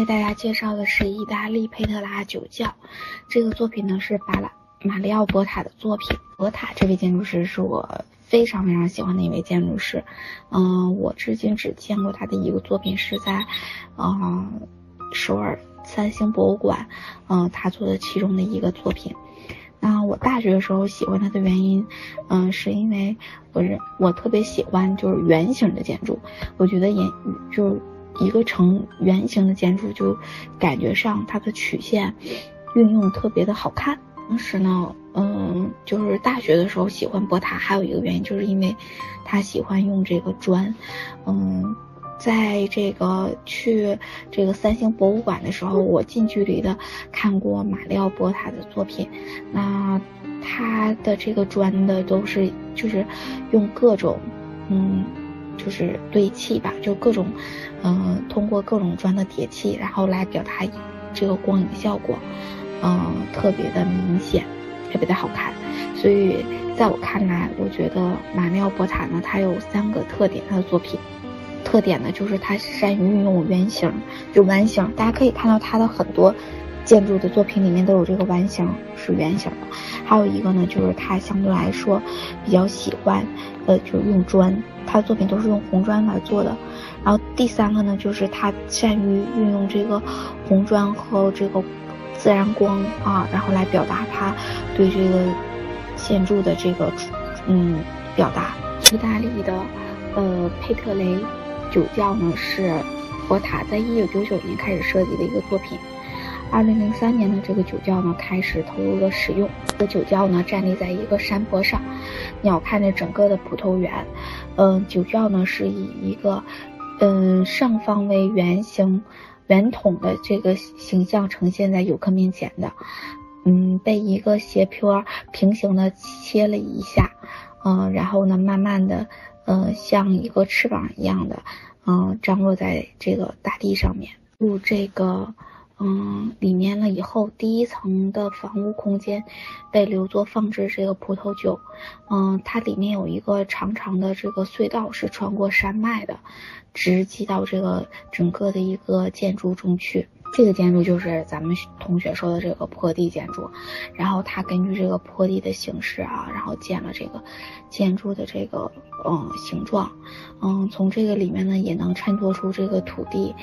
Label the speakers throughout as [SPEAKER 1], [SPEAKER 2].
[SPEAKER 1] 为大家介绍的是意大利佩特拉酒窖，这个作品呢是马里奥博塔的作品。博塔这位建筑师是我非常非常喜欢的一位建筑师，我至今只见过他的一个作品是在首尔三星博物馆，他做的其中的一个作品。那我大学的时候喜欢他的原因，是因为我特别喜欢就是圆形的建筑，我觉得就是一个呈圆形的建筑就感觉上它的曲线运用特别的好看。当时呢，就是大学的时候喜欢博塔，还有一个原因就是因为他喜欢用这个砖，在去这个三星博物馆的时候，我近距离的看过马里奥博塔的作品。那他的这个砖的都是就是用各种就是堆砌吧，就各种通过各种砖的叠砌，然后来表达这个光影效果，特别的明显，特别的好看。所以在我看来，我觉得马里奥博塔呢，它有3个特点，它的作品特点呢就是它善于运用圆形，就弯形，大家可以看到它的很多建筑的作品里面都有这个弯形是圆形的。还有一个呢就是它相对来说比较喜欢就是用砖，它的作品都是用红砖来做的。然后第3个呢就是它善于运用这个红砖和这个自然光然后来表达它对这个建筑的这个表达。意大利的佩特雷酒窖呢是博塔在1999年开始设计的一个作品。2003年呢，这个酒窖呢开始投入了使用。这个酒窖呢站立在一个山坡上，鸟瞰着整个的葡萄园。酒窖呢是以一个上方为圆筒的这个形象呈现在游客面前的，被一个斜坡平行的切了一下，然后呢慢慢的像一个翅膀一样的张落在这个大地上面。入这个里面了以后，第1层的房屋空间被留作放置这个葡萄酒。它里面有一个长长的这个隧道是穿过山脉的，直击到这个整个的一个建筑中去。这个建筑就是咱们同学说的这个坡地建筑，然后它根据这个坡地的形式然后建了这个建筑的这个形状。从这个里面呢也能衬托出这个土地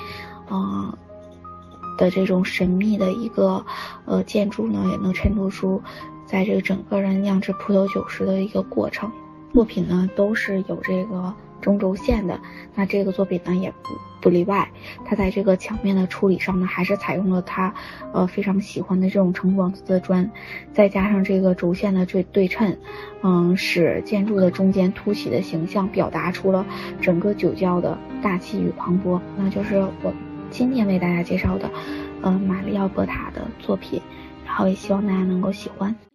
[SPEAKER 1] 的这种神秘的一个建筑呢，也能衬托出在这个整个人酿制葡萄酒时的一个过程。作品呢都是有这个中轴线的，那这个作品呢也不例外。它在这个墙面的处理上呢，还是采用了它非常喜欢的这种橙黄色的砖，再加上这个轴线的对称，使建筑的中间凸起的形象表达出了整个酒窖的大气与磅礴。那就是我今天为大家介绍的马里奥博塔的作品，然后也希望大家能够喜欢。